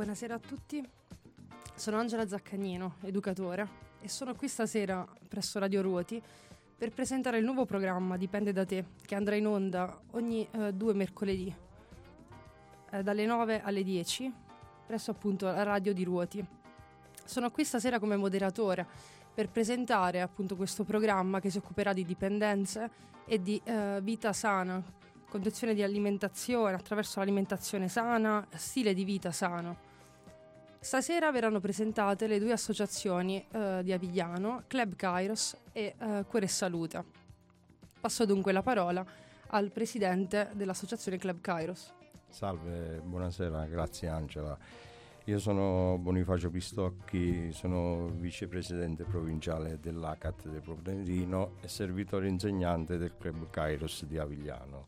Buonasera a tutti, sono Angela Zaccagnino, educatore, e sono qui stasera presso Radio Ruoti per presentare il nuovo programma Dipende da te, che andrà in onda ogni 2 mercoledì, dalle 9 alle 10, presso appunto la radio di Ruoti. Sono qui stasera come moderatore per presentare appunto questo programma che si occuperà di dipendenze e di vita sana, condizioni di alimentazione attraverso l'alimentazione sana, stile di vita sano. Stasera verranno presentate le 2 associazioni di Avigliano, Club Kairos e Cuore e Salute. Passo dunque la parola al presidente dell'associazione Club Kairos. Salve, buonasera, grazie Angela. Io sono Bonifacio Pistocchi, sono vicepresidente provinciale dell'ACAT del Provenirino e servitore insegnante del Club Kairos di Avigliano.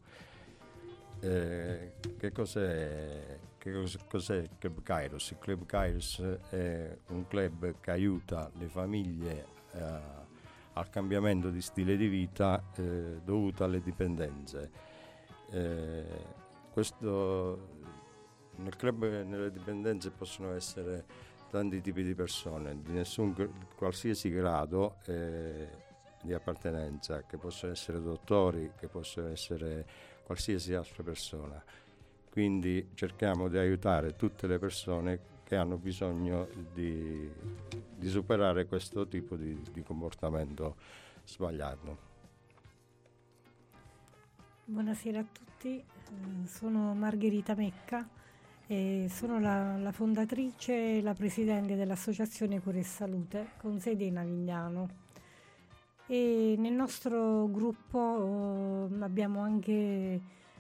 Che cos'è il Club Kairos? Il Club Kairos è un club che aiuta le famiglie al cambiamento di stile di vita dovuto alle dipendenze. Nel club, nelle dipendenze possono essere tanti tipi di persone, di qualsiasi grado di appartenenza, che possono essere dottori, che possono essere qualsiasi altra persona. Quindi cerchiamo di aiutare tutte le persone che hanno bisogno di superare questo tipo di comportamento sbagliato. Buonasera a tutti, sono Margherita Mecca e sono la fondatrice e la presidente dell'associazione Cuore e Salute con sede in Avigliano. E nel nostro gruppo abbiamo anche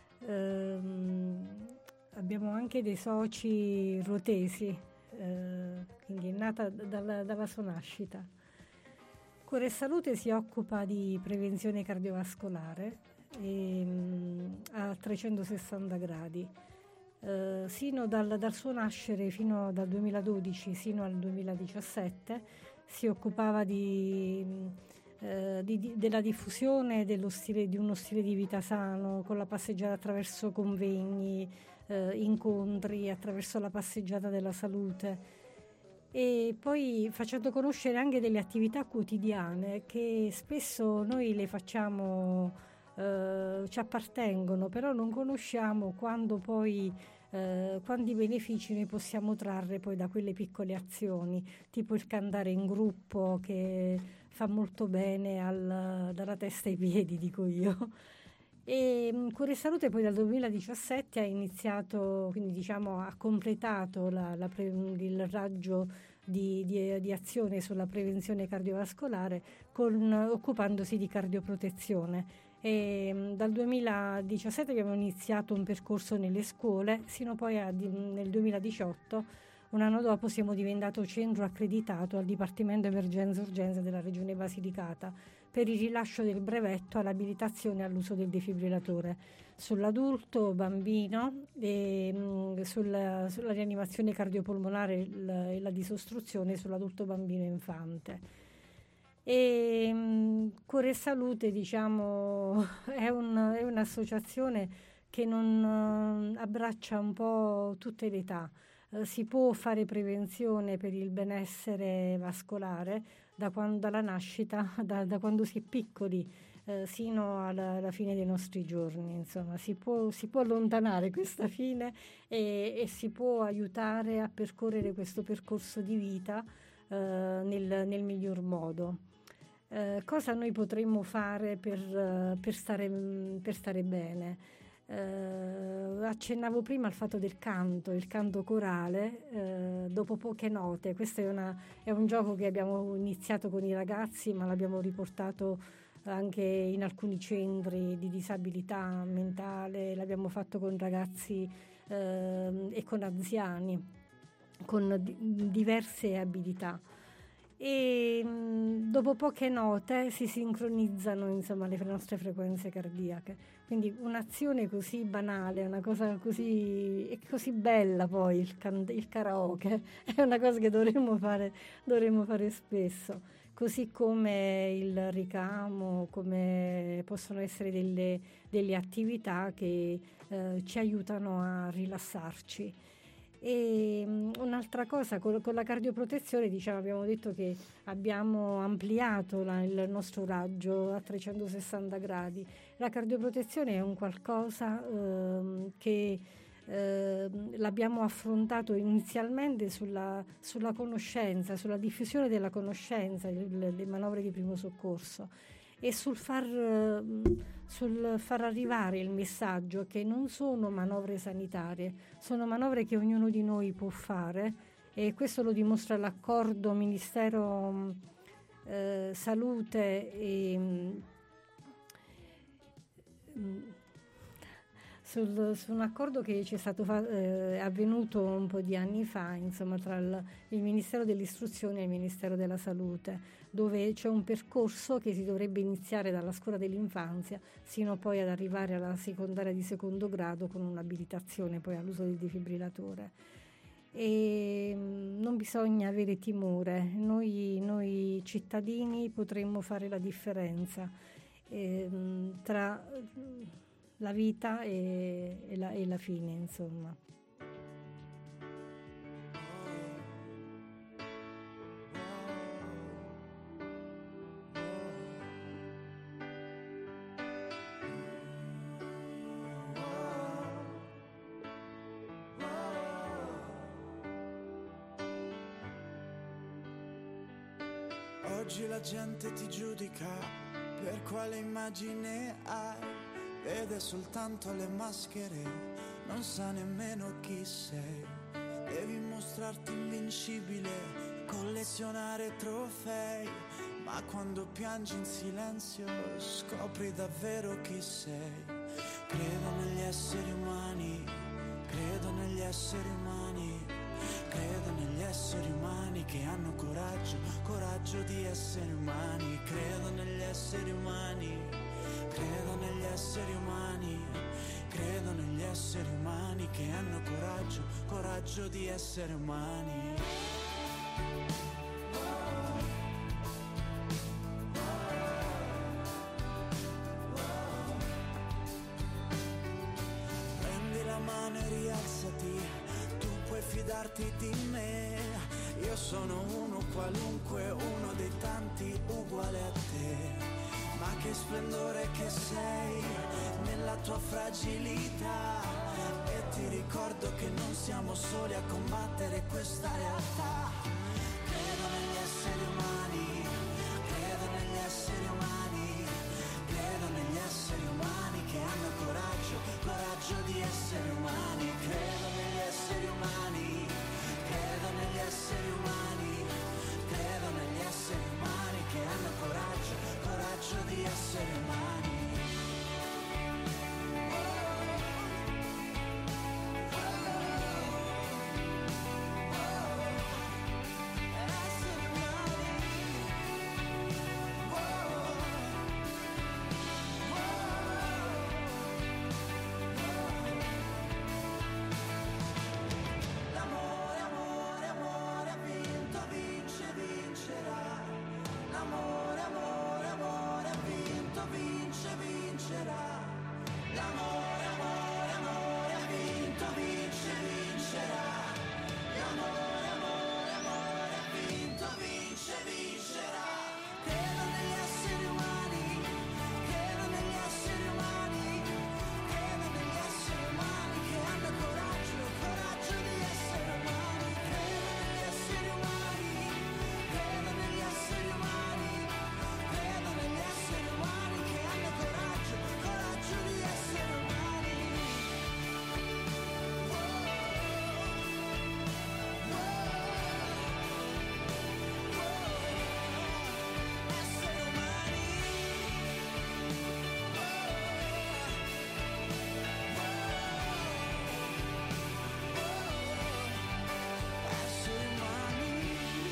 dei soci ruotesi, quindi è nata dalla sua nascita. Cuore e Salute si occupa di prevenzione cardiovascolare a 360 gradi. Sino dal suo nascere fino dal 2012 sino al 2017 si occupava della diffusione di uno stile di vita sano, con la passeggiata attraverso convegni, incontri, attraverso la passeggiata della salute, e poi facendo conoscere anche delle attività quotidiane che spesso noi le facciamo, ci appartengono, però non conosciamo quanti benefici noi possiamo trarre poi da quelle piccole azioni, tipo il cantare in gruppo, che fa molto bene dalla testa ai piedi, dico io. E Cuore Salute poi dal 2017 ha iniziato, quindi diciamo ha completato il raggio di azione sulla prevenzione cardiovascolare occupandosi di cardioprotezione. E dal 2017 abbiamo iniziato un percorso nelle scuole, sino poi nel 2018, un anno dopo, siamo diventato centro accreditato al Dipartimento Emergenza e Urgenza della Regione Basilicata per il rilascio del brevetto all'abilitazione all'uso del defibrillatore sull'adulto bambino e sulla rianimazione cardiopolmonare e la disostruzione sull'adulto bambino infante. E Cuore e Salute, diciamo, è un'associazione che non abbraccia un po' tutte le età. Si può fare prevenzione per il benessere vascolare dalla nascita, da quando si è piccoli sino alla fine dei nostri giorni. Insomma, si può allontanare questa fine e si può aiutare a percorrere questo percorso di vita nel miglior modo. Cosa noi potremmo fare per stare bene? Accennavo prima al fatto del canto, il canto corale dopo poche note. Questo è un gioco che abbiamo iniziato con i ragazzi, ma l'abbiamo riportato anche in alcuni centri di disabilità mentale, l'abbiamo fatto con ragazzi e con anziani con diverse abilità. E dopo poche note si sincronizzano, insomma, le nostre frequenze cardiache. Quindi un'azione così banale, una cosa così bella, poi il karaoke è una cosa che dovremmo fare spesso, così come il ricamo, come possono essere delle attività che ci aiutano a rilassarci. E un'altra cosa, con la cardioprotezione, diciamo, abbiamo detto che abbiamo ampliato il nostro raggio a 360 gradi. La cardioprotezione è un qualcosa che l'abbiamo affrontato inizialmente sulla conoscenza, sulla diffusione della conoscenza, le manovre di primo soccorso, e sul far arrivare il messaggio che non sono manovre sanitarie, sono manovre che ognuno di noi può fare, e questo lo dimostra l'accordo Ministero Salute su un accordo che ci è stato avvenuto un po' di anni fa, insomma, tra il Ministero dell'Istruzione e il Ministero della Salute, dove c'è un percorso che si dovrebbe iniziare dalla scuola dell'infanzia sino poi ad arrivare alla secondaria di secondo grado, con un'abilitazione poi all'uso del defibrillatore. E non bisogna avere timore, noi cittadini potremmo fare la differenza tra la vita e la fine, insomma. Oggi la gente ti giudica per quale immagine hai, vede soltanto le maschere, non sa nemmeno chi sei. Devi mostrarti invincibile, collezionare trofei, ma quando piangi in silenzio scopri davvero chi sei. Credo negli esseri umani, credo negli esseri umani, credo negli esseri umani che hanno coraggio, coraggio di essere umani. Credo negli esseri umani, credo negli esseri umani, credo negli esseri umani che hanno coraggio, coraggio di essere umani. Prendi la mano e rialzati, tu puoi fidarti di me. Io sono uno qualunque, uno dei tanti uguale a te. Ma che splendore che sei nella tua fragilità, e ti ricordo che non siamo soli a combattere questa realtà. Credo negli esseri umani, credo negli esseri umani, credo negli esseri umani che hanno coraggio, coraggio di essere umani. Credo negli esseri umani, credo negli esseri umani, credo negli esseri umani che hanno coraggio, coraggio di essere umani. L'amore, amore, amore ha vinto, vince, vincerà. L'amore, amore, amore ha vinto, vince, vincerà. L'amore, amore, amore ha vinto, vince, vincerà. L'amore, amore, amore ha vinto, vince, vincerà. Credo negli esseri umani, credo negli esseri umani, credo negli esseri umani che hanno coraggio, coraggio di essere umani. Credo negli esseri umani, credo negli esseri umani, credo negli esseri umani che hanno coraggio, coraggio di essere umani. Essere umani. Essere umani.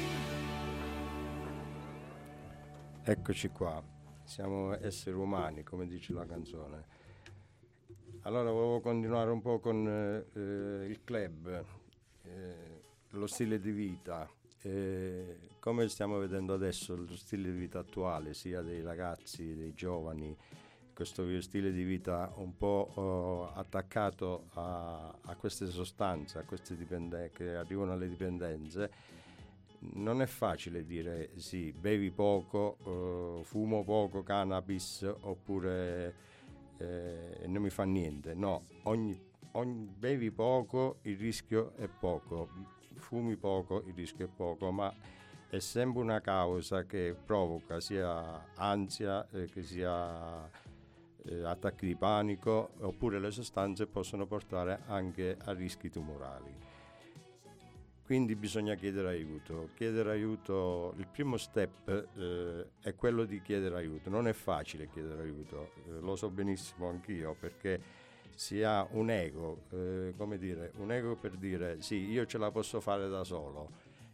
Eccoci qua, siamo esseri umani, come dice la canzone. Allora volevo continuare un po' con il club, lo stile di vita. Come stiamo vedendo adesso lo stile di vita attuale, sia dei ragazzi, dei giovani, questo stile di vita un po' attaccato a queste sostanze, a queste che arrivano alle dipendenze, non è facile dire sì, bevi poco, fumo poco cannabis, oppure non mi fa niente. No, bevi poco, il rischio è poco, fumi poco, il rischio è poco, ma è sempre una causa che provoca sia ansia, che sia attacchi di panico, oppure le sostanze possono portare anche a rischi tumorali. Quindi bisogna chiedere aiuto. Il primo step è quello di chiedere aiuto. Non è facile chiedere aiuto, lo so benissimo anch'io, perché si ha un ego, un ego per dire sì, io ce la posso fare da solo,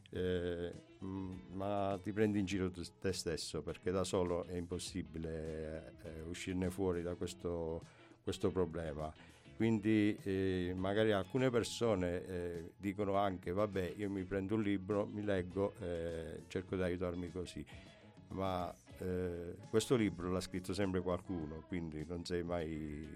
ma ti prendi in giro te stesso, perché da solo è impossibile uscirne fuori da questo problema. Quindi magari alcune persone dicono anche vabbè, io mi prendo un libro, mi leggo, cerco di aiutarmi così, ma questo libro l'ha scritto sempre qualcuno, quindi non sei mai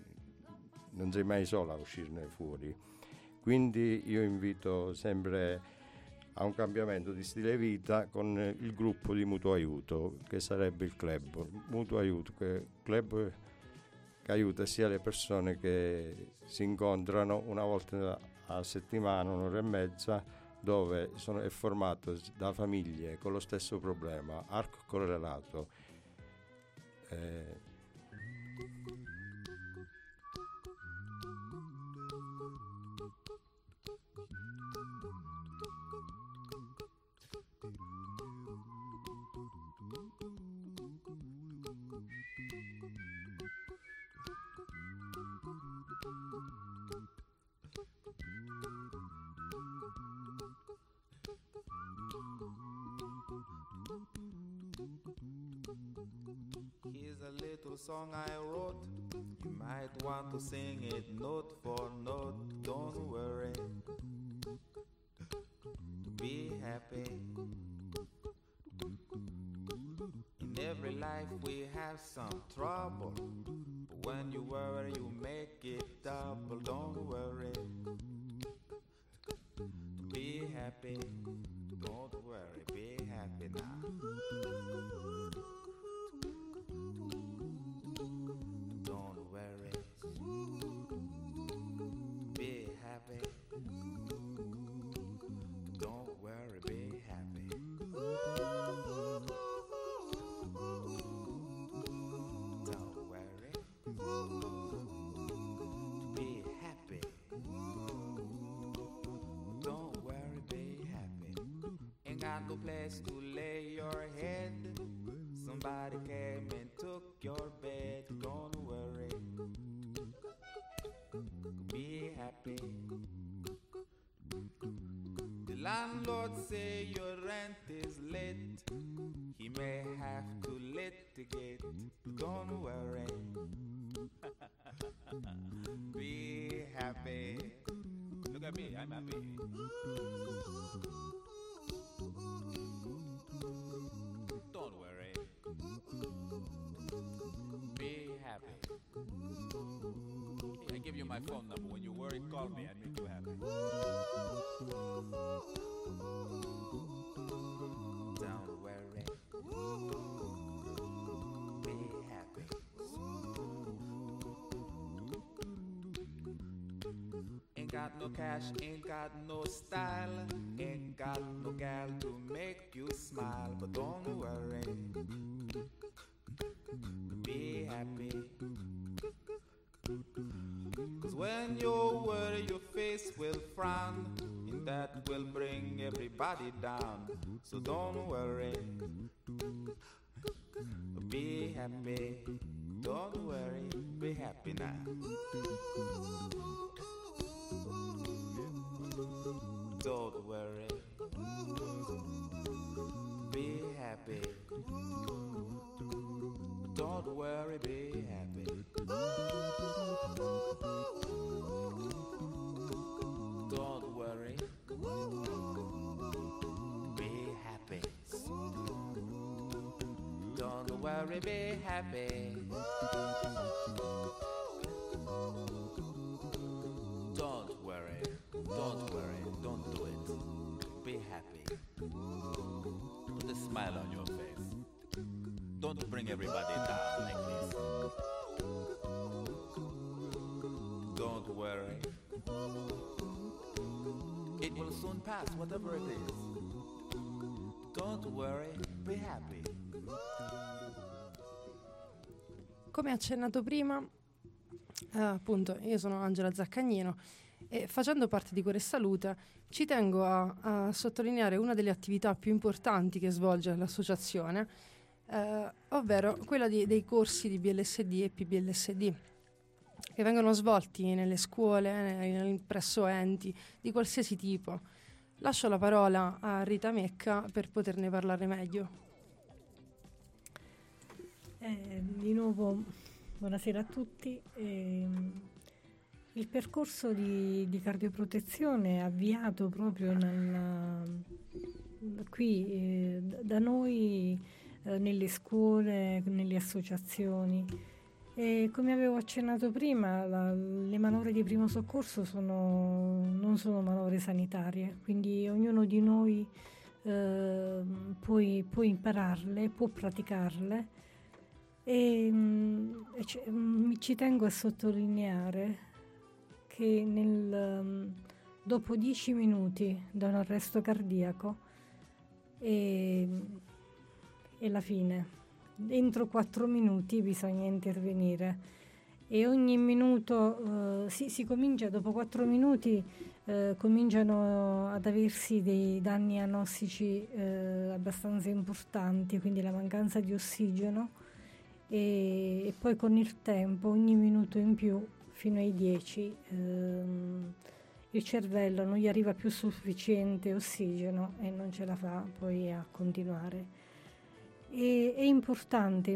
sola a uscirne fuori. Quindi io invito sempre a un cambiamento di stile vita con il gruppo di mutuo aiuto, che sarebbe il club mutuo aiuto, club che aiuta sia le persone che si incontrano una volta a settimana, un'ora e mezza, dove è formato da famiglie con lo stesso problema, arco correlato. Here's a little song I wrote. You might want to sing it note for note. Don't worry. Be happy. In every life we have some trouble, but when you worry you make it double. Don't worry. Be happy. Don't worry. Be happy now. Don't worry. Be happy. Don't worry. Be happy. Don't worry. Be happy. Don't worry. Be happy. Ain't got no place to lay your head. Somebody came and took your bed. Don't worry. Be happy. The landlord say your rent is late. He may have to litigate. Don't worry. Be happy. Look at me, I'm happy. Don't worry. Be happy. I give you my phone number. When you worry, call me. I'll make you happy. Don't worry. Be happy. Ain't got no cash, ain't got no style, ain't got no gal to make you smile, but don't worry. Be happy. 'Cause when you worry, your face will frown, and that will bring everybody down. So don't worry. Be happy. Don't worry. Be happy now. Don't worry. Be happy. Don't worry, be happy. Don't worry. Be happy. Don't worry. worry, be happy. Don't worry, don't do it. Be happy. Put a smile on your face. Don't bring everybody down like this. Don't worry. It will soon pass, whatever it is. Don't worry, be happy. Come accennato prima, appunto, io sono Angela Zaccagnino e facendo parte di Cuore e Salute ci tengo a sottolineare una delle attività più importanti che svolge l'associazione, ovvero quella dei corsi di BLSD e PBLSD che vengono svolti nelle scuole, presso enti di qualsiasi tipo. Lascio la parola a Rita Mecca per poterne parlare meglio. Di nuovo buonasera a tutti. Il percorso di cardioprotezione è avviato proprio qui da noi nelle scuole, nelle associazioni. E come avevo accennato prima, le manovre di primo soccorso non sono manovre sanitarie, quindi ognuno di noi può impararle, può praticarle. E ci tengo a sottolineare che dopo 10 minuti da un arresto cardiaco e la fine, entro 4 minuti bisogna intervenire e ogni minuto si comincia, dopo 4 minuti cominciano ad aversi dei danni anossici abbastanza importanti, quindi la mancanza di ossigeno. E poi con il tempo, ogni minuto in più, fino ai 10, il cervello non gli arriva più sufficiente ossigeno e non ce la fa poi a continuare. È importante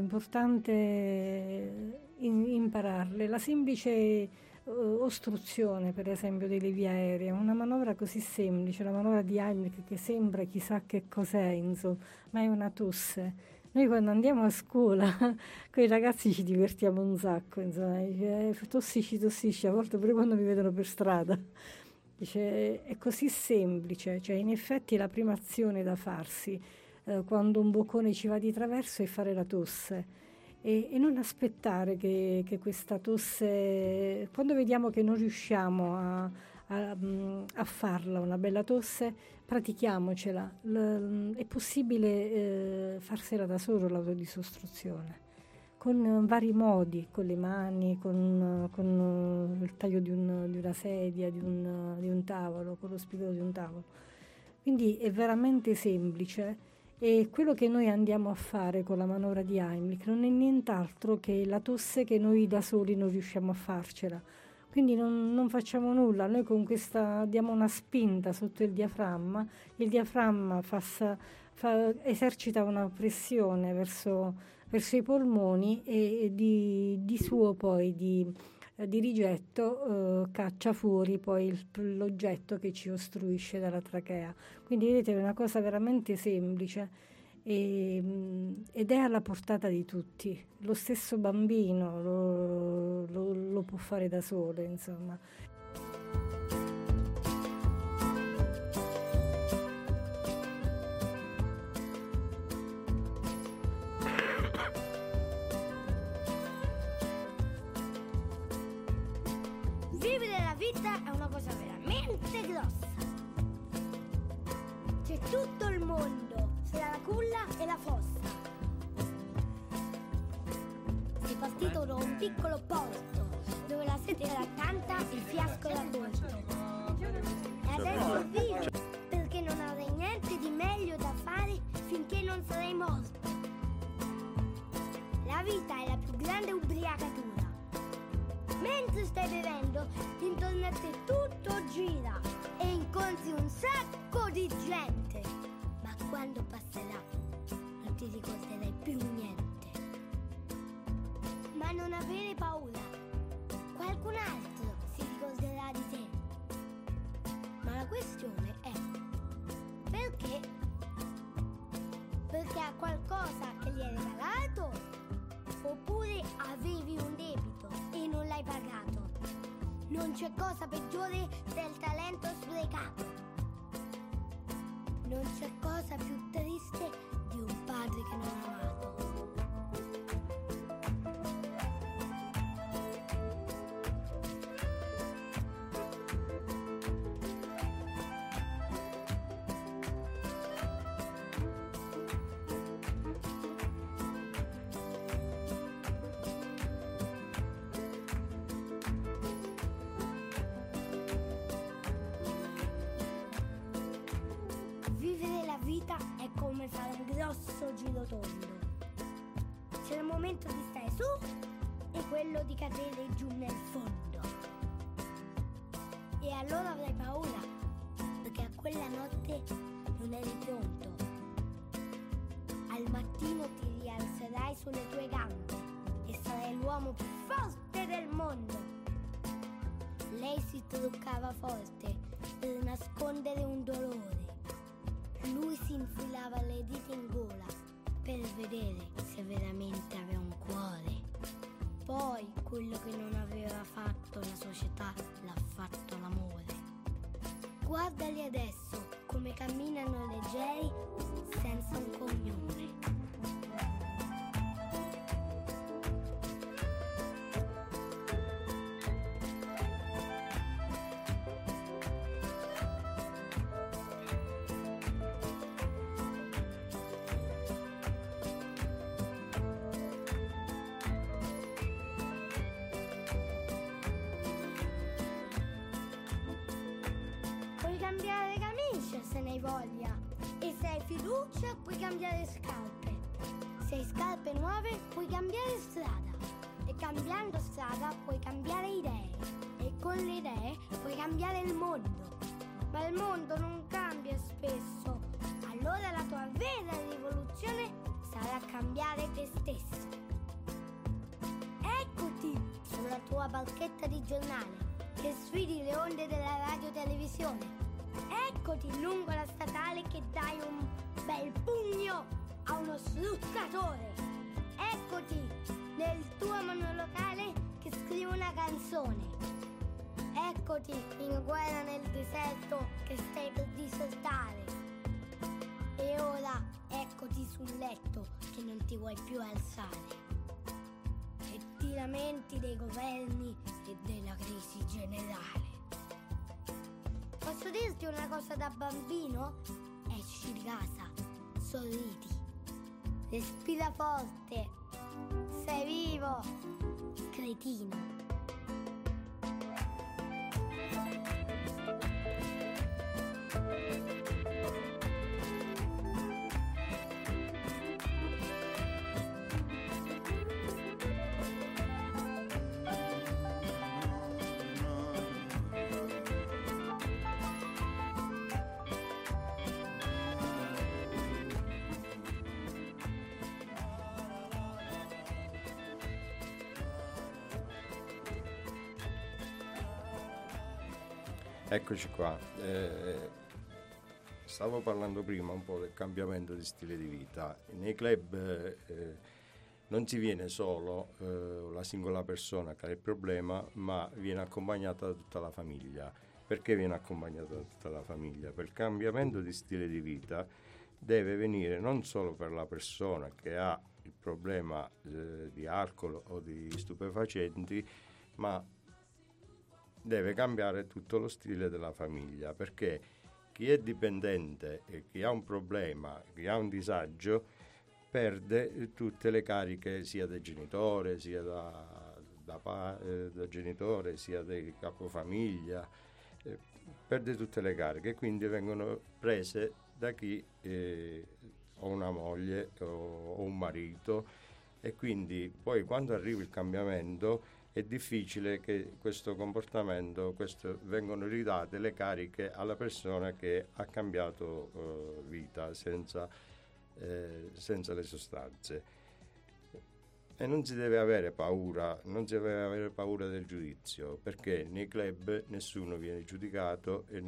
impararle. La semplice ostruzione, per esempio, delle vie aeree, una manovra così semplice, la manovra di Heimlich, che sembra chissà che cos'è, insomma, ma è una tosse. Noi quando andiamo a scuola con i ragazzi ci divertiamo un sacco, insomma, dice, tossisci, a volte pure quando mi vedono per strada. Dice, è così semplice, cioè in effetti la prima azione da farsi quando un boccone ci va di traverso è fare la tosse e non aspettare che questa tosse, quando vediamo che non riusciamo a farla, una bella tosse, pratichiamocela. È possibile farsela da solo l'autodisostruzione, con vari modi, con le mani, con il taglio di una sedia, di un tavolo, con lo spigolo di un tavolo. Quindi è veramente semplice e quello che noi andiamo a fare con la manovra di Heimlich non è nient'altro che la tosse che noi da soli non riusciamo a farcela. Quindi non facciamo nulla, noi con questa diamo una spinta sotto il diaframma esercita una pressione verso i polmoni e di suo poi di rigetto caccia fuori poi l'oggetto che ci ostruisce dalla trachea. Quindi vedete, è una cosa veramente semplice ed è alla portata di tutti. Lo stesso bambino lo può fare da solo, insomma. Vivere la vita è una cosa veramente grossa. C'è tutto il mondo tra la culla e la fossa. Sei partito da un piccolo porto dove la sete era tanta, il fiasco era corto. E adesso via, perché non avrai niente di meglio da fare finché non sarai morto. La vita è la più grande ubriacatura. Mentre stai bevendo, intorno a te tutto gira e incontri un sacco di gente. Ma quando passerà, non ti ricorderai più niente. Ma non avere paura, qualcun altro si ricorderà di te. Ma la questione è, perché? Perché ha qualcosa che gli hai regalato? Non c'è cosa peggiore del talento sprecato. Non c'è cosa più triste di un padre che non ha amato. Vivere la vita è come fare un grosso giro tondo. C'è il momento di stare su e quello di cadere giù nel fondo. E allora avrai paura, perché a quella notte non eri pronto. Al mattino ti rialzerai sulle tue gambe e sarai l'uomo più forte del mondo. Lei si truccava forte per nascondere un dolore. Lui si infilava le dita in gola per vedere se veramente aveva un cuore. Poi quello che non aveva fatto la società l'ha fatto l'amore. Guardali adesso come camminano leggeri senza un cognome. Puoi cambiare camicia se ne hai voglia, e se hai fiducia puoi cambiare scarpe. Se hai scarpe nuove puoi cambiare strada, e cambiando strada puoi cambiare idee, e con le idee puoi cambiare il mondo. Ma il mondo non cambia spesso, allora la tua vera rivoluzione sarà cambiare te stesso. Eccoti sulla tua barchetta di giornale che sfidi le onde della radio-televisione. Eccoti lungo la statale che dai un bel pugno a uno sfruttatore. Eccoti nel tuo monolocale che scrivi una canzone. Eccoti in guerra nel deserto che stai per disertare. E ora eccoti sul letto che non ti vuoi più alzare. E ti lamenti dei governi e della crisi generale. Posso dirti una cosa da bambino? Esci di casa, sorridi, respira forte, sei vivo, cretino. Eccoci qua. Stavo parlando prima un po' del cambiamento di stile di vita. Nei club non si viene solo la singola persona che ha il problema, ma viene accompagnata da tutta la famiglia. Perché viene accompagnata da tutta la famiglia? Per il cambiamento di stile di vita deve venire non solo per la persona che ha il problema di alcol o di stupefacenti, ma deve cambiare tutto lo stile della famiglia, perché chi è dipendente e chi ha un problema, chi ha un disagio, perde tutte le cariche sia del genitore, sia da genitore, sia del capofamiglia, perde tutte le cariche, quindi vengono prese da chi ha una moglie o un marito, e quindi poi quando arriva il cambiamento è difficile che questo comportamento, vengono ridate le cariche alla persona che ha cambiato vita senza le sostanze. E non si deve avere paura del giudizio, perché nei club nessuno viene giudicato e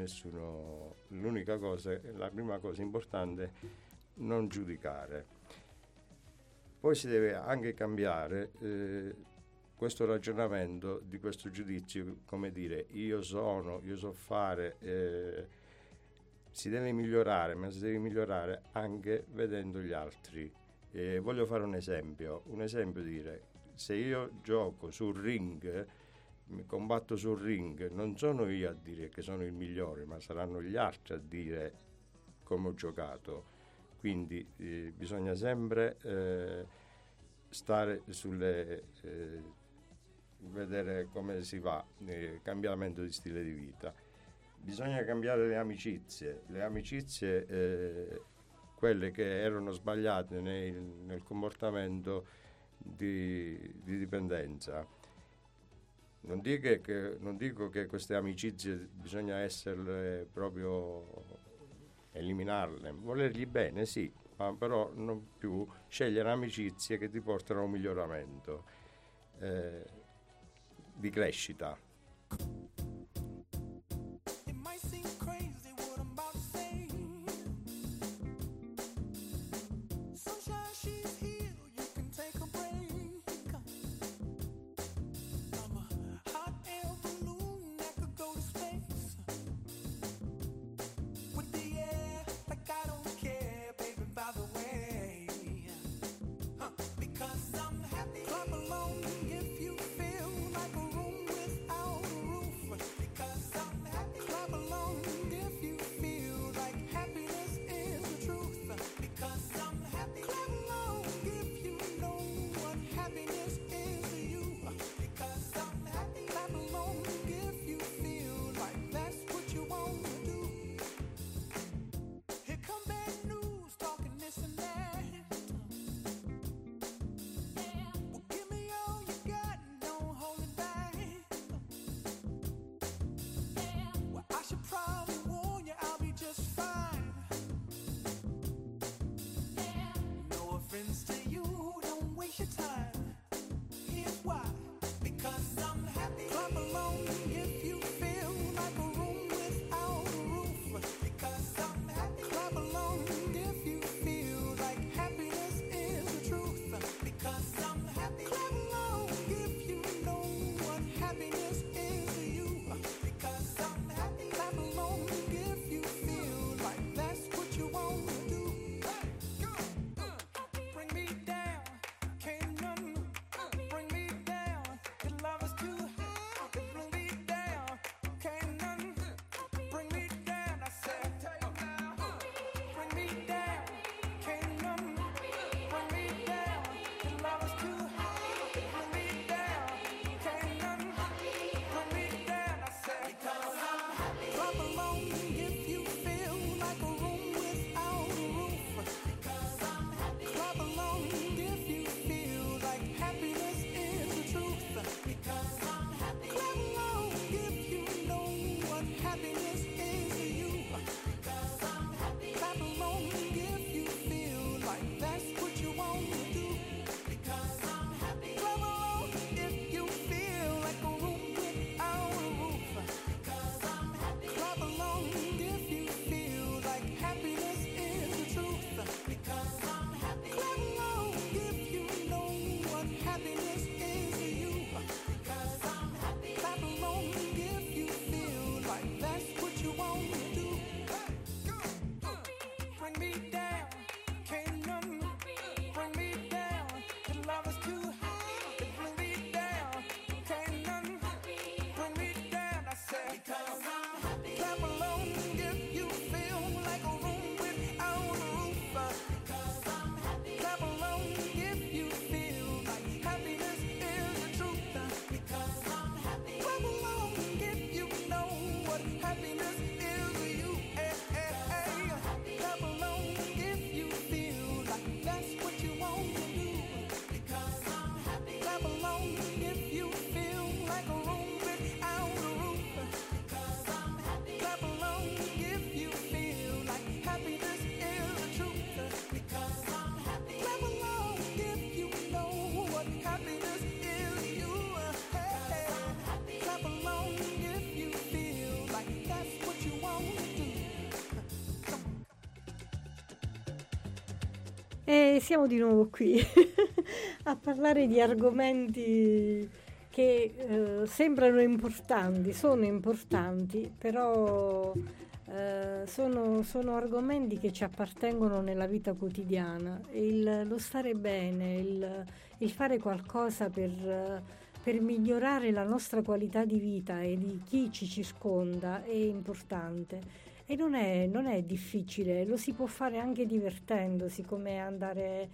la prima cosa importante è non giudicare. Poi si deve anche cambiare questo ragionamento, di questo giudizio, come dire, io so fare, si deve migliorare, ma si deve migliorare anche vedendo gli altri. Voglio fare un esempio dire, se io gioco sul ring, mi combatto sul ring, non sono io a dire che sono il migliore, ma saranno gli altri a dire come ho giocato. Quindi bisogna sempre stare sulle vedere come si va, cambiamento di stile di vita. Bisogna cambiare le amicizie, quelle che erano sbagliate nel comportamento di dipendenza. Non dico che queste amicizie bisogna esserle proprio, eliminarle, volergli bene sì, ma però non più scegliere amicizie che ti portano a un miglioramento di crescita. E siamo di nuovo qui a parlare di argomenti che sembrano importanti, sono importanti, però sono argomenti che ci appartengono nella vita quotidiana. Lo stare bene, il fare qualcosa per migliorare la nostra qualità di vita e di chi ci circonda è importante. E non è difficile, lo si può fare anche divertendosi, come andare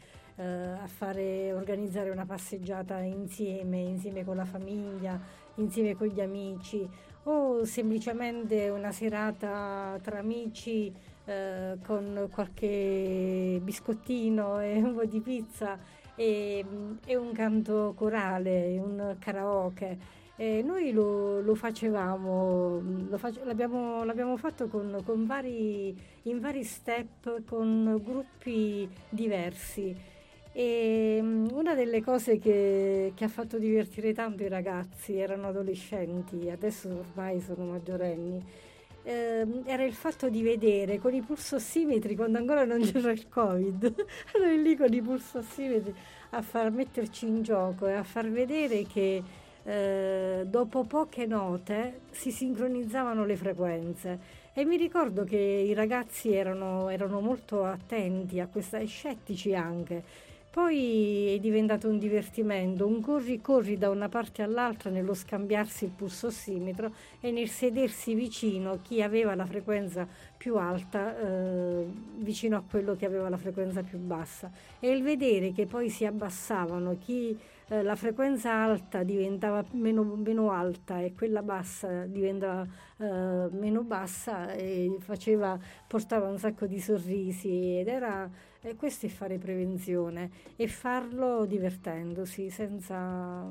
organizzare una passeggiata insieme con la famiglia, insieme con gli amici, o semplicemente una serata tra amici con qualche biscottino e un po' di pizza e un canto corale, un karaoke. Noi lo facevamo, l'abbiamo fatto in vari step, con gruppi diversi. E una delle cose che ha fatto divertire tanto i ragazzi, erano adolescenti, adesso ormai sono maggiorenni, era il fatto di vedere con i pulsossimetri, quando ancora non c'era il Covid, noi lì con i pulsossimetri a metterci in gioco e a far vedere che dopo poche note si sincronizzavano le frequenze. E mi ricordo che i ragazzi erano molto attenti a questa, e scettici anche. Poi è diventato un divertimento, un corri da una parte all'altra nello scambiarsi il pulsossimetro e nel sedersi vicino chi aveva la frequenza più alta vicino a quello che aveva la frequenza più bassa, e il vedere che poi si abbassavano, chi la frequenza alta diventava meno alta e quella bassa diventava meno bassa, e portava un sacco di sorrisi, ed questo è fare prevenzione, e farlo divertendosi, senza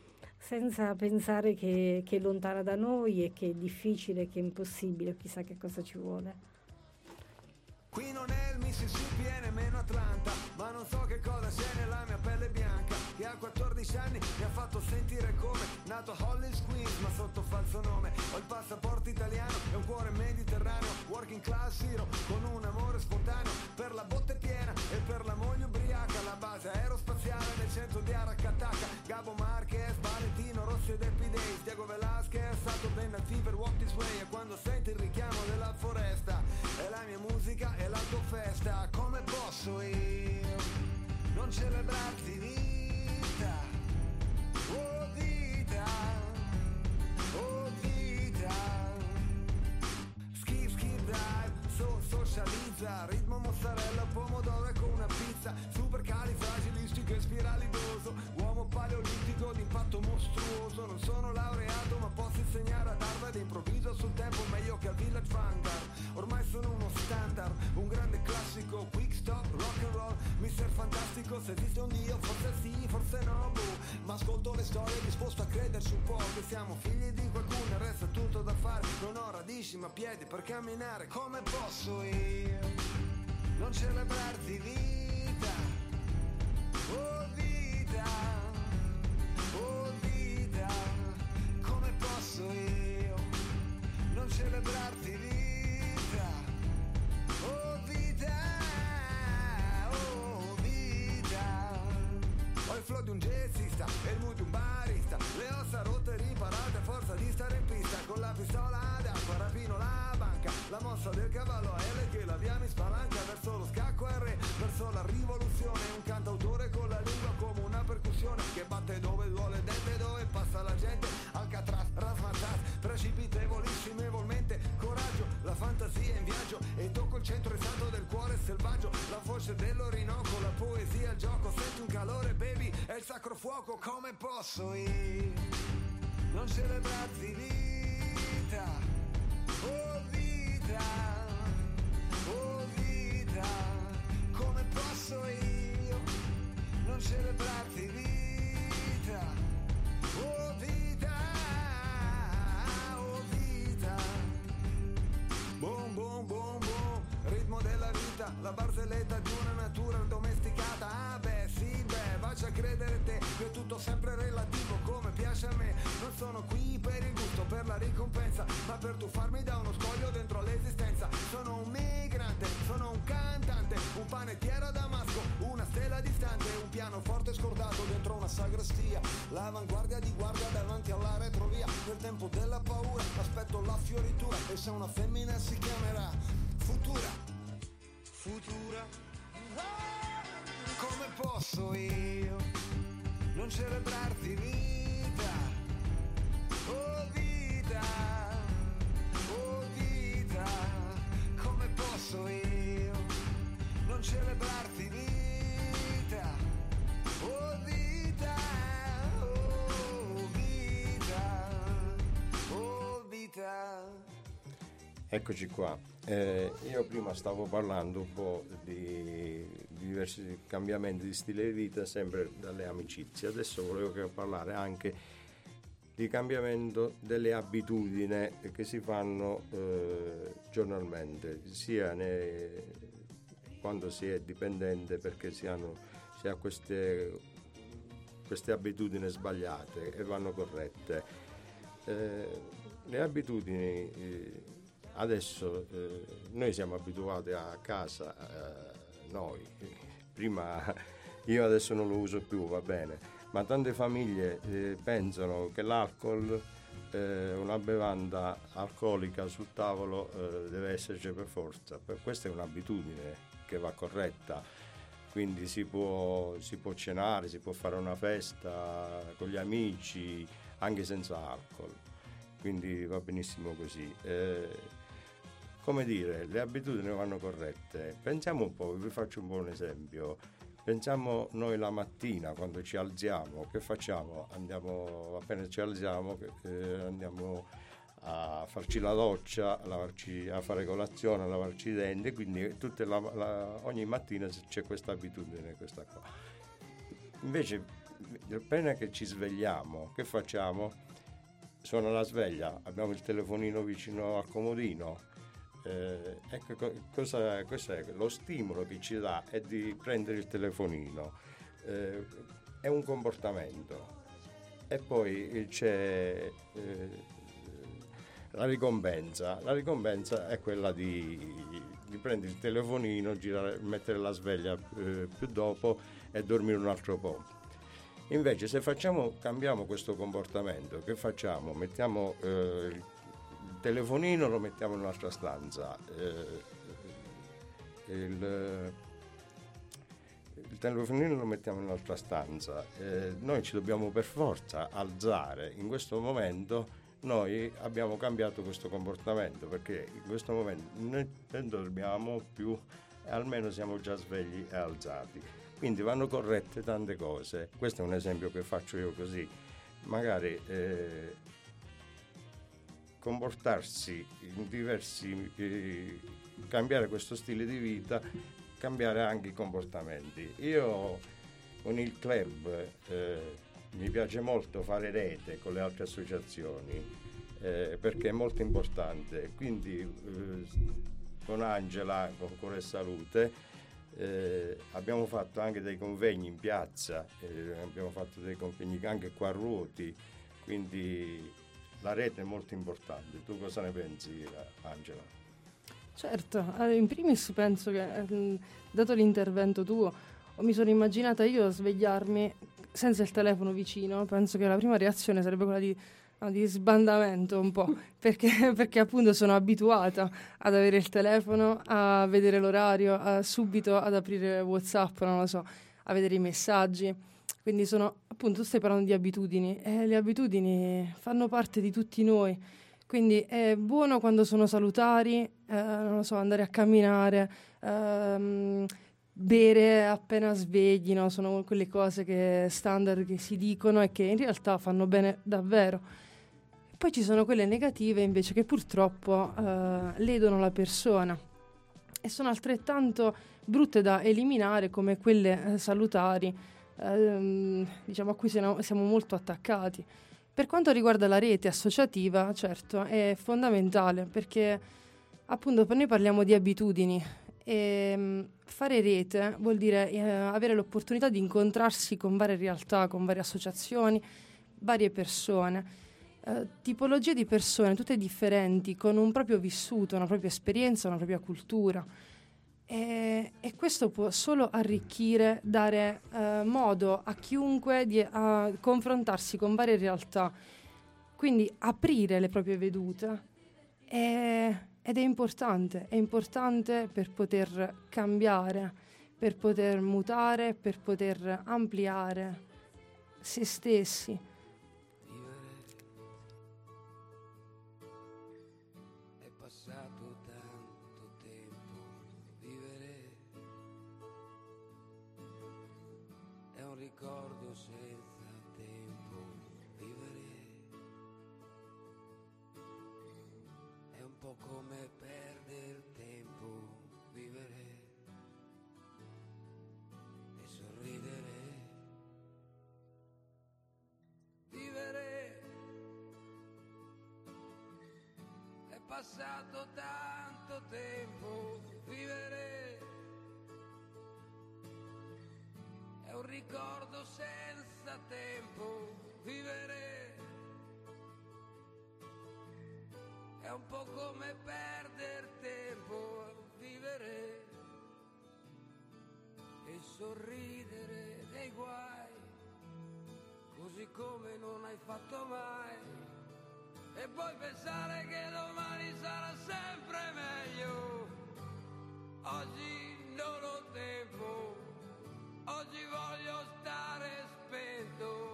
pensare che è lontana da noi e che è difficile, che è impossibile, chissà che cosa ci vuole. Qui non è il Mississippi e nemmeno Atlanta, ma non so che cosa c'è nella mia pelle bianca, che a 14 anni mi ha fatto sentire come nato Hollis Queens, ma sotto falso nome. Ho il passaporto italiano e un cuore mediterraneo, working class hero, con un amore spontaneo per la botte piena e per la moglie ubriaca. La base aerospaziale nel centro di Aracataca, Gabo Marquez, Valentino Rossi ed Happy Days, Diego Velasquez, Saturday Night Fever, Walk This Way. E quando senti il richiamo della foresta, è la mia musica e la tua festa. Come posso io non celebrarti vita? Oh vita, oh vita. Skip drive, socializza, ritmo mozzarella, pomodoro e con una pizza, supercalifragilistico e spiralidoso, uomo paleolitico d'impatto mostruoso. Non sono laureato ma posso insegnare ad Harvard, improvviso sul tempo meglio che a Village Vanguard. Ormai sono uno standard, un grande classico, quick stop, rock and roll, mister fantastico. Se esiste un Dio, forse sì, forse no, ma ascolto le storie disposto a crederci un po', che siamo figli di qualcuno e resta tutto da fare. Non ho radici ma piedi per camminare. Come posso io non celebrarti vita? Oh vita, oh vita. Come posso io non celebrarti vita? Oh vita, oh vita. Ho il flow di un jazzista e il mood di un barista, le ossa rotte riparate a forza di stare in pista, con la pistola d'acqua rapino la banca, la mossa del cavallo a L che la via mi spalanca, verso lo scacco R, verso la rivoluzione, un cantautore con la lingua come una percussione, che batte dove duole il dente, dove passa la gente, Alcatraz, Rasmatas, precipitevolissimamente, coraggio, la fantasia in viaggio, e tocco il centro esatto del cuore selvaggio, la voce dell'Orinoco, la poesia, il gioco, senti un calore baby, è il sacro fuoco. Come posso io non celebrarti vita? Oh vita, oh vita. Come posso io non celebrarti vita? Oh vita, oh vita. Boom boom boom boom, ritmo della vita, la barzelletta di una natura domesticata. Ah beh sì, beh, faccia credere te che è tutto sempre relativo, come piace a me. Non sono qui per il gusto, per la ricompensa, ma per tuffarmi da uno scoglio dentro l'esistenza. Sono un migrante, sono un cantante, un panettiere a Damasco, una stella distante, un pianoforte scordato dentro una sagrestia, L'avanguardia di guardia davanti alla retrovia, nel tempo della paura aspetto la fioritura, e se una femmina si chiamerà Futura. Futura. Come posso io non celebrarti vita? Oh vita, oh vita. Come posso io non celebrarti vita? Oh vita, oh vita, oh vita. Eccoci qua. Io prima stavo parlando un po' di diversi cambiamenti di stile di vita, sempre dalle amicizie. Adesso volevo parlare anche di cambiamento delle abitudini che si fanno giornalmente, sia quando si è dipendente, perché si ha queste abitudini sbagliate e vanno corrette. Le abitudini adesso noi siamo abituati a casa, noi prima, io adesso non lo uso più, va bene, ma tante famiglie pensano che l'alcol, una bevanda alcolica sul tavolo deve esserci per forza. Questa è un'abitudine che va corretta, quindi si può cenare, si può fare una festa con gli amici anche senza alcol, quindi va benissimo così. Come dire, le abitudini vanno corrette. Pensiamo un po', vi faccio un buon esempio. Pensiamo noi la mattina quando ci alziamo, che facciamo? Appena ci alziamo, andiamo a farci la doccia, a fare colazione, a lavarci i denti, quindi ogni mattina c'è questa abitudine, questa qua. Invece, appena che ci svegliamo, che facciamo? Suona la sveglia, abbiamo il telefonino vicino al comodino. Ecco, cos'è? Lo stimolo che ci dà è di prendere il telefonino, è un comportamento, e poi c'è la ricompensa è quella di prendere il telefonino, girare, mettere la sveglia più dopo e dormire un altro po'. Invece se cambiamo questo comportamento, che facciamo? Mettiamo il telefonino, lo mettiamo in un'altra stanza, il telefonino lo mettiamo in un'altra stanza, noi ci dobbiamo per forza alzare. In questo momento noi abbiamo cambiato questo comportamento, perché in questo momento noi non dormiamo più, almeno siamo già svegli e alzati, quindi vanno corrette tante cose. Questo è un esempio che faccio io così, magari comportarsi in diversi, cambiare questo stile di vita, cambiare anche i comportamenti. Io con il club mi piace molto fare rete con le altre associazioni, perché è molto importante, quindi con Angela, con Cuore e Salute, abbiamo fatto anche dei convegni in piazza, abbiamo fatto dei convegni anche qua a Ruoti, quindi la rete è molto importante. Tu cosa ne pensi, Angela? Certo, in primis penso che, dato l'intervento tuo, mi sono immaginata io svegliarmi senza il telefono vicino. Penso che la prima reazione sarebbe quella di sbandamento un po', perché appunto sono abituata ad avere il telefono, a vedere l'orario, subito ad aprire WhatsApp, non lo so, a vedere i messaggi. Quindi tu stai parlando di abitudini, e le abitudini fanno parte di tutti noi, quindi è buono quando sono salutari, non lo so, andare a camminare, bere appena svegli, no? Sono quelle cose standard che si dicono e che in realtà fanno bene davvero. Poi ci sono quelle negative invece che purtroppo ledono la persona e sono altrettanto brutte da eliminare come quelle salutari, diciamo, a cui siamo molto attaccati. Per quanto riguarda la rete associativa, certo, è fondamentale, perché appunto noi parliamo di abitudini e fare rete vuol dire avere l'opportunità di incontrarsi con varie realtà, con varie associazioni, varie persone, tipologie di persone tutte differenti, con un proprio vissuto, una propria esperienza, una propria cultura. E questo può solo arricchire, dare modo a chiunque a confrontarsi con varie realtà, quindi aprire le proprie vedute. Ed è importante per poter cambiare, per poter mutare, per poter ampliare se stessi. È passato tanto tempo, vivere è un ricordo senza tempo, vivere è un po' come perdere tempo, vivere e sorridere. Vivere è passato tanto tempo, vivere è un ricordo senza tempo, vivere è un po' come perdere tempo, vivere e sorridere dei guai, così come non hai fatto mai, e poi pensare che domani sarà sempre meglio. Oggi non ho tempo, oggi voglio stare spento.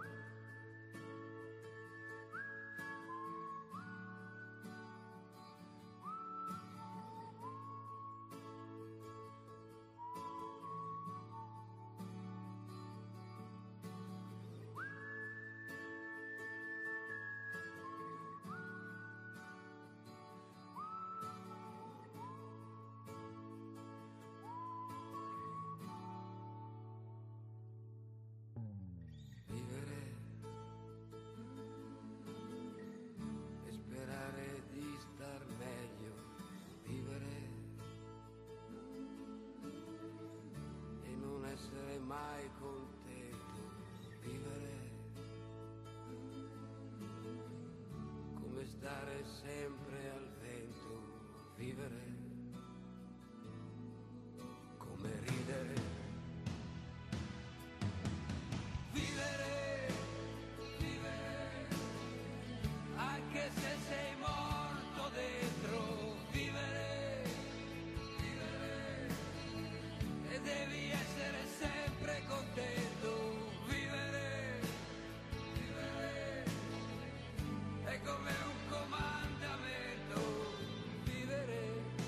Mai contento, vivere come stare sempre al vento, vivere come ridere, vivere, vivere anche se sei morto dentro, vivere, vivere e devi essere sempre contento, vivere, vivere è come un comandamento, vivere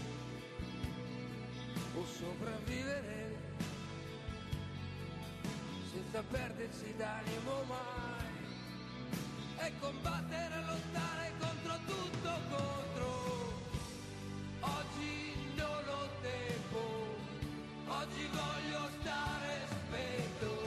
o sopravvivere senza perdersi d'animo mai, e combattere, lottare contro tutto, contro. Oggi non ho tempo, oggi voglio stare spento.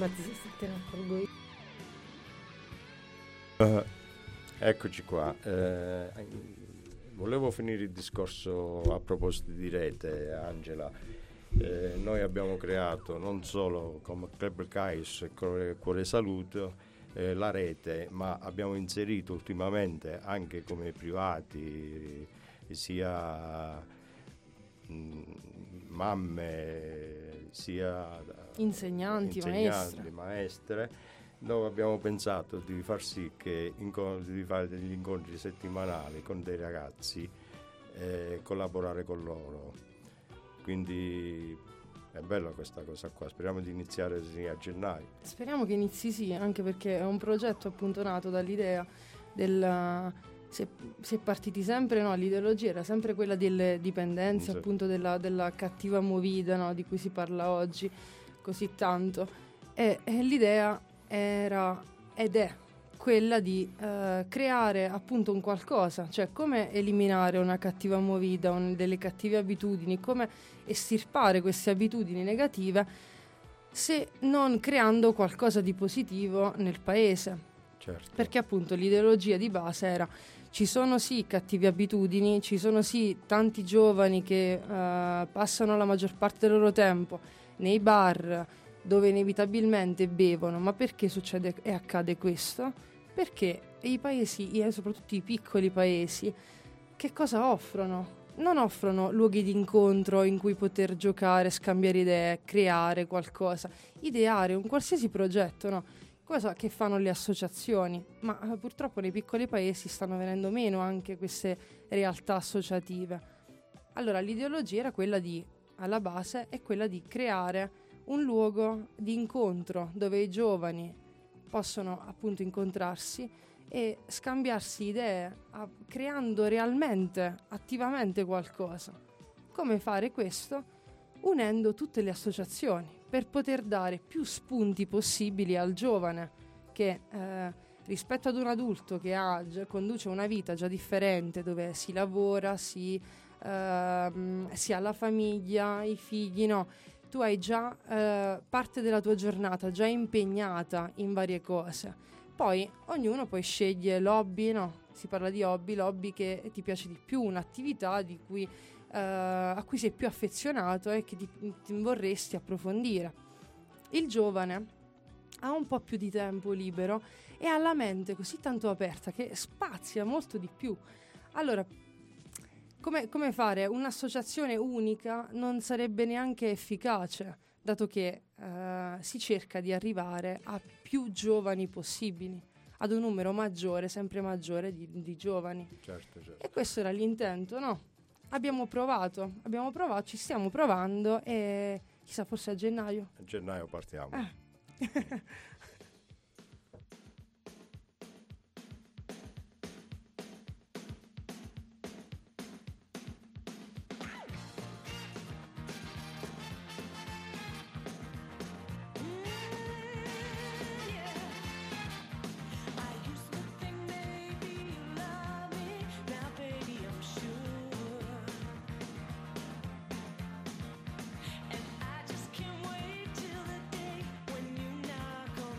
ma te ne accorgo io. Eccoci qua. Volevo finire il discorso a proposito di rete, Angela. Noi abbiamo creato non solo come Club CAIS e Cuore Salute la rete, ma abbiamo inserito ultimamente anche come privati sia mamme sia insegnanti, maestre. Noi abbiamo pensato di far sì che di fare degli incontri settimanali con dei ragazzi e collaborare con loro. Quindi è bella questa cosa qua. Speriamo di iniziare sì, a gennaio. Speriamo che inizi sì, anche perché è un progetto appunto nato dall'idea si è partiti sempre, no, l'ideologia era sempre quella delle dipendenze, sì, appunto della cattiva movida, no, di cui si parla oggi così tanto, e l'idea era ed è quella di creare appunto un qualcosa, cioè come eliminare una cattiva movida, delle cattive abitudini, come estirpare queste abitudini negative, se non creando qualcosa di positivo nel paese. Certo. Perché appunto l'ideologia di base era: ci sono sì cattive abitudini, ci sono sì tanti giovani che passano la maggior parte del loro tempo nei bar dove inevitabilmente bevono, ma perché succede e accade questo? Perché i paesi, soprattutto i piccoli paesi, che cosa offrono? Non offrono luoghi di incontro in cui poter giocare, scambiare idee, creare qualcosa, ideare un qualsiasi progetto, no? Cosa che fanno le associazioni, ma purtroppo nei piccoli paesi stanno venendo meno anche queste realtà associative. Allora l'ideologia era quella alla base è quella di creare un luogo di incontro dove i giovani possono appunto incontrarsi e scambiarsi idee, creando realmente, attivamente qualcosa. Come fare questo? Unendo tutte le associazioni per poter dare più spunti possibili al giovane che rispetto ad un adulto che conduce una vita già differente, dove si lavora, si ha la famiglia, i figli, no? Tu hai già parte della tua giornata già impegnata in varie cose. Poi ognuno poi sceglie l'hobby, no? Si parla di l'hobby che ti piace di più, un'attività a cui sei più affezionato e che ti vorresti approfondire. Il giovane ha un po' più di tempo libero e ha la mente così tanto aperta che spazia molto di più. Allora, come fare? Un'associazione unica non sarebbe neanche efficace, dato che si cerca di arrivare a più giovani possibili, ad un numero maggiore, sempre maggiore di giovani. Certo. E questo era l'intento, no? Abbiamo provato, ci stiamo provando e chissà, forse a gennaio. A gennaio partiamo. And I just can't wait till the day when you knock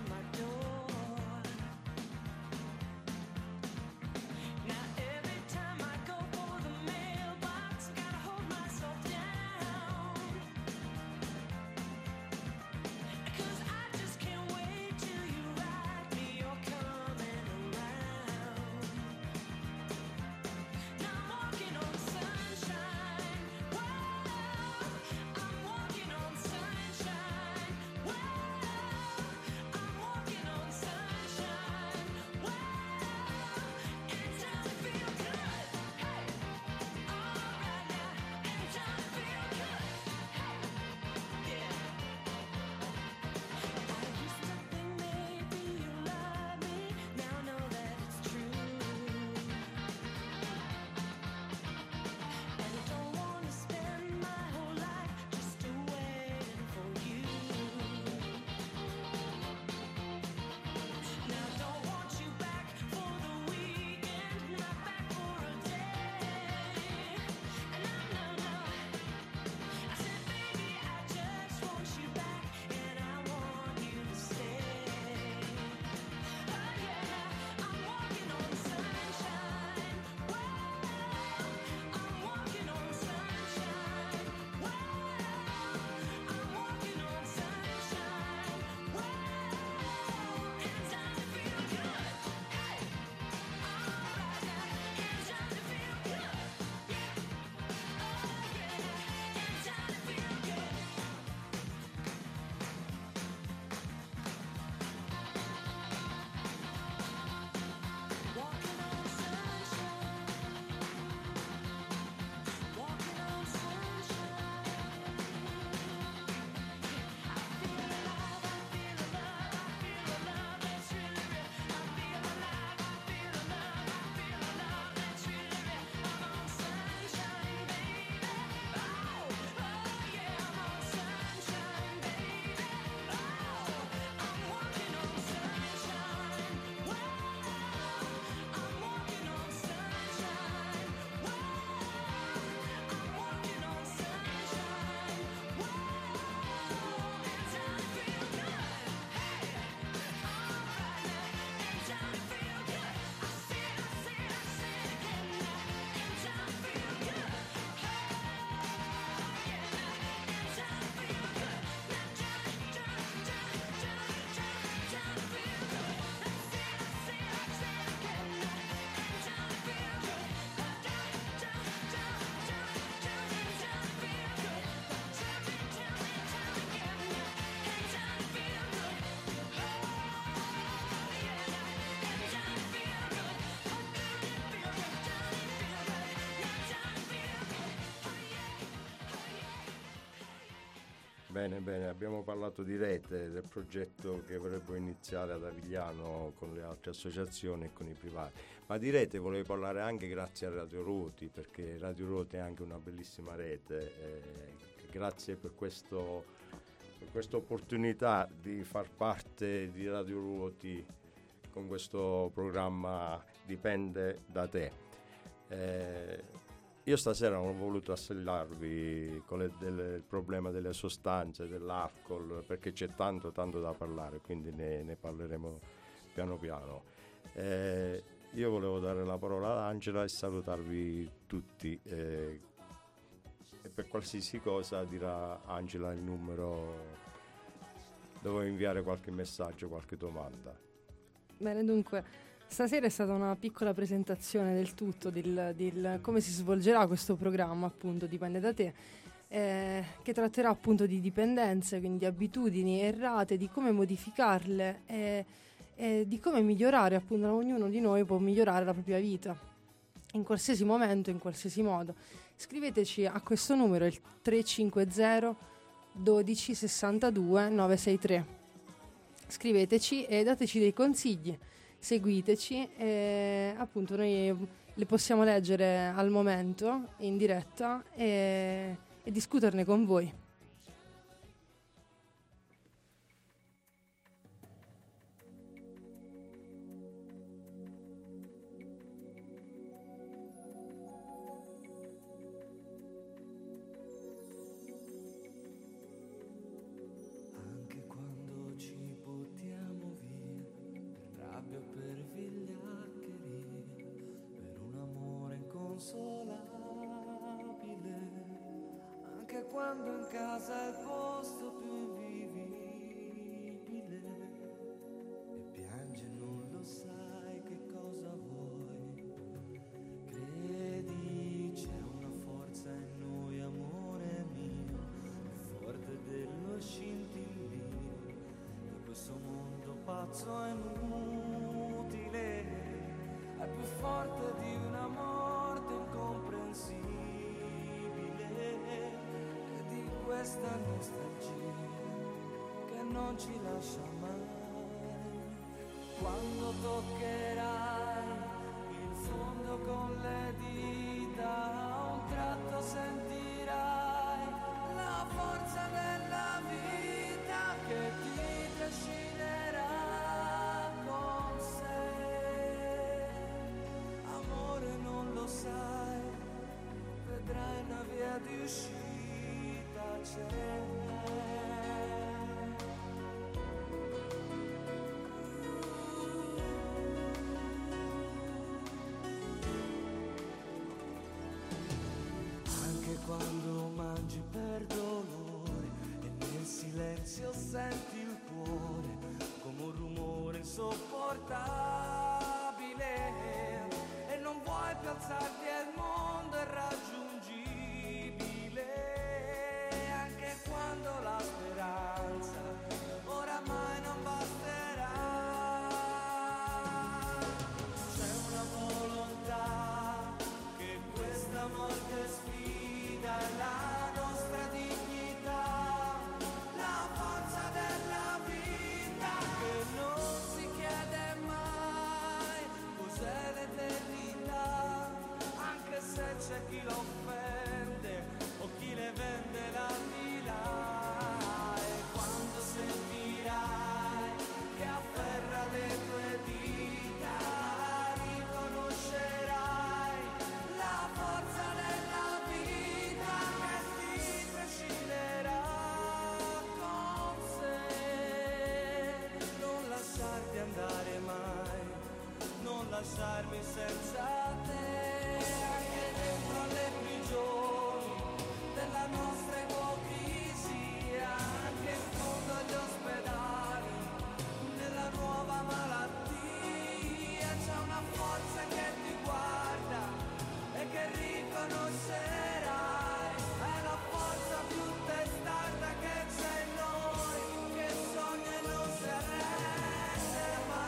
Bene, bene, abbiamo parlato di rete, del progetto che vorremmo iniziare ad Avigliano con le altre associazioni e con i privati, ma di rete volevo parlare anche grazie a Radio Ruoti, perché Radio Ruoti è anche una bellissima rete, grazie per questa opportunità di far parte di Radio Ruoti con questo programma Dipende da te. Io stasera non ho voluto assillarvi con il problema delle sostanze, dell'alcol, perché c'è tanto da parlare, quindi ne parleremo piano piano. Io volevo dare la parola ad Angela e salutarvi tutti. E per qualsiasi cosa dirà Angela il numero dove inviare qualche messaggio, qualche domanda. Bene, dunque, stasera è stata una piccola presentazione del tutto, del come si svolgerà questo programma, appunto, Dipende da te, che tratterà appunto di dipendenze, quindi di abitudini errate, di come modificarle e di come migliorare, appunto, ognuno di noi può migliorare la propria vita, in qualsiasi momento, in qualsiasi modo. Scriveteci a questo numero, il 350 12 62 963. Scriveteci e dateci dei consigli. Seguiteci e appunto noi le possiamo leggere al momento in diretta e discuterne con voi. Quando in casa è il posto più invivibile e piange non lo sai che cosa vuoi. Credi c'è una forza in noi, amore mio, più forte dello scintillio di questo mondo pazzo e inutile, è più forte di una morte incomprensibile, questa nostalgia che non ci lascia mai. Quando toccherai il fondo con le dita, a un tratto sentirai la forza della vita che ti trascinerà con sé. Amore, non lo sai, vedrai una via di uscita. Anche quando mangi per dolore e nel silenzio senti il cuore come un rumore insopportabile e non vuoi più alzarti e il mondo è raggiungibile. Quando la speranza oramai non basterà, c'è una volontà che questa morte sfida, la nostra dignità, la forza della vita che non si chiede mai cos'è l'eternità, anche se c'è chi lo offende o chi le vende la vita. Lasciarmi senza te, anche dentro le prigioni della nostra ipocrisia, anche in fondo agli ospedali, nella nuova malattia, c'è una forza che ti guarda e che riconoscerai, è la forza più testarda che c'è in noi, che sogna e non si arrende mai.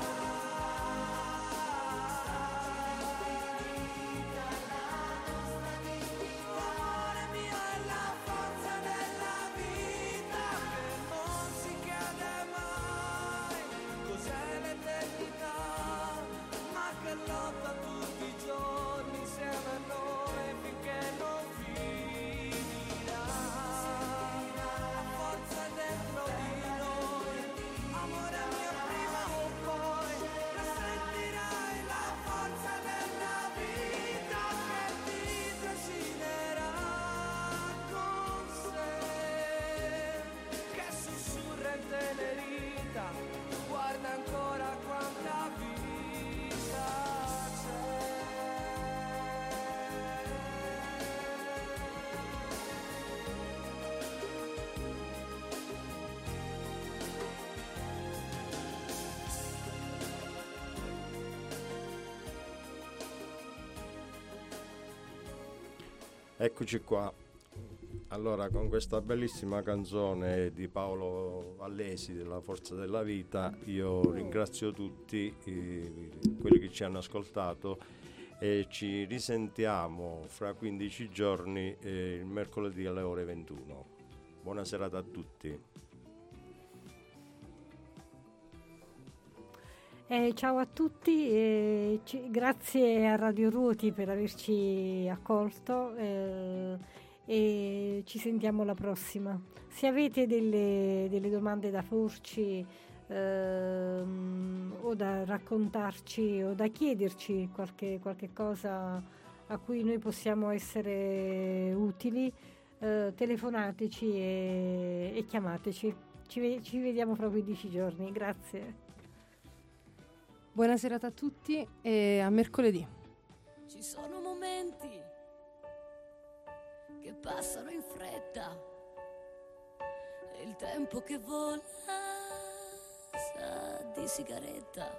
Eccoci qua. Allora, con questa bellissima canzone di Paolo Vallesi della Forza della Vita, io ringrazio tutti quelli che ci hanno ascoltato e ci risentiamo fra 15 giorni, il mercoledì alle ore 21. Buona serata a tutti. Ciao a tutti, grazie a Radio Ruoti per averci accolto e ci sentiamo alla prossima. Se avete delle domande da porci o da raccontarci o da chiederci qualche cosa a cui noi possiamo essere utili, telefonateci e chiamateci. Ci vediamo fra 15 giorni. Grazie. Buona serata a tutti e a mercoledì. Ci sono momenti che passano in fretta e il tempo che vola sa di sigaretta.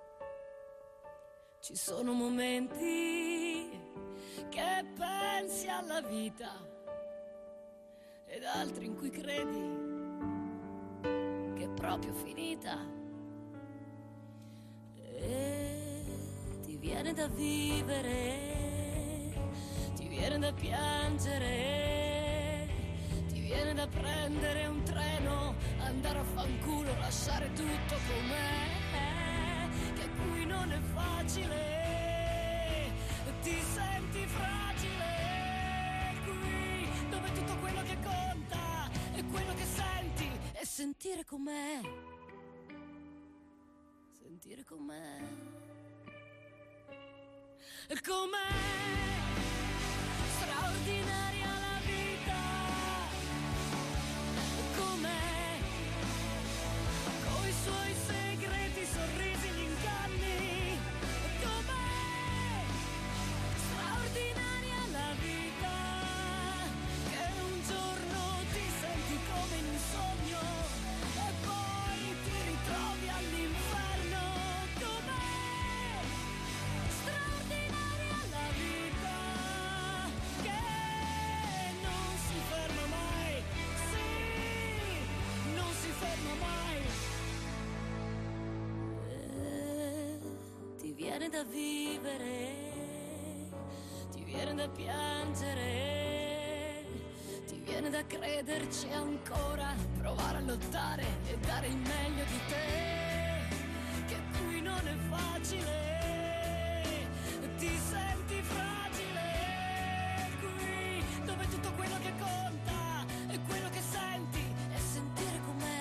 Ci sono momenti che pensi alla vita ed altri in cui credi che è proprio finita. E ti viene da vivere, ti viene da piangere, ti viene da prendere un treno, andare a fanculo, lasciare tutto com'è, che qui non è facile, ti senti fragile, qui dove tutto quello che conta è quello che senti e sentire com'è. Sentire com'è, straordinaria la vita, com'è, coi suoi segreti, sorrisi, gli inganni, com'è, straordinaria la vita, che un giorno ti senti come in un sogno e poi ti ritrovi all'inferno. Ti viene da vivere, ti viene da piangere, ti viene da crederci ancora, provare a lottare e dare il meglio di te, che qui non è facile, ti senti fragile, qui dove tutto quello che conta è quello che senti e sentire com'è.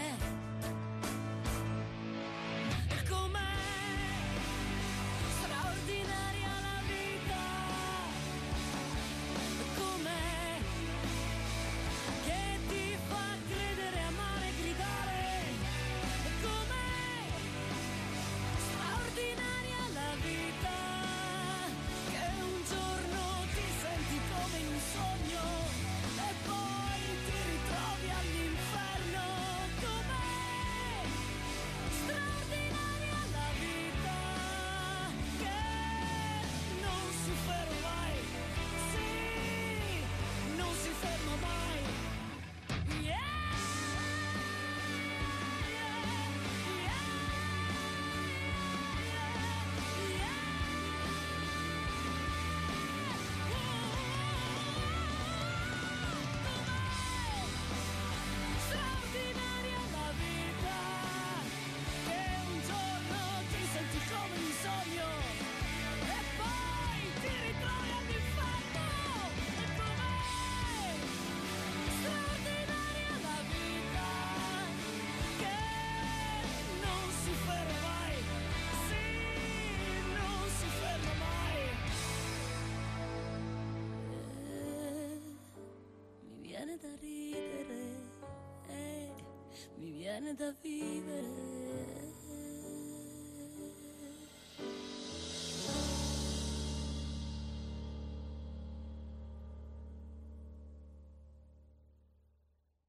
Da ridere, mi viene da vivere.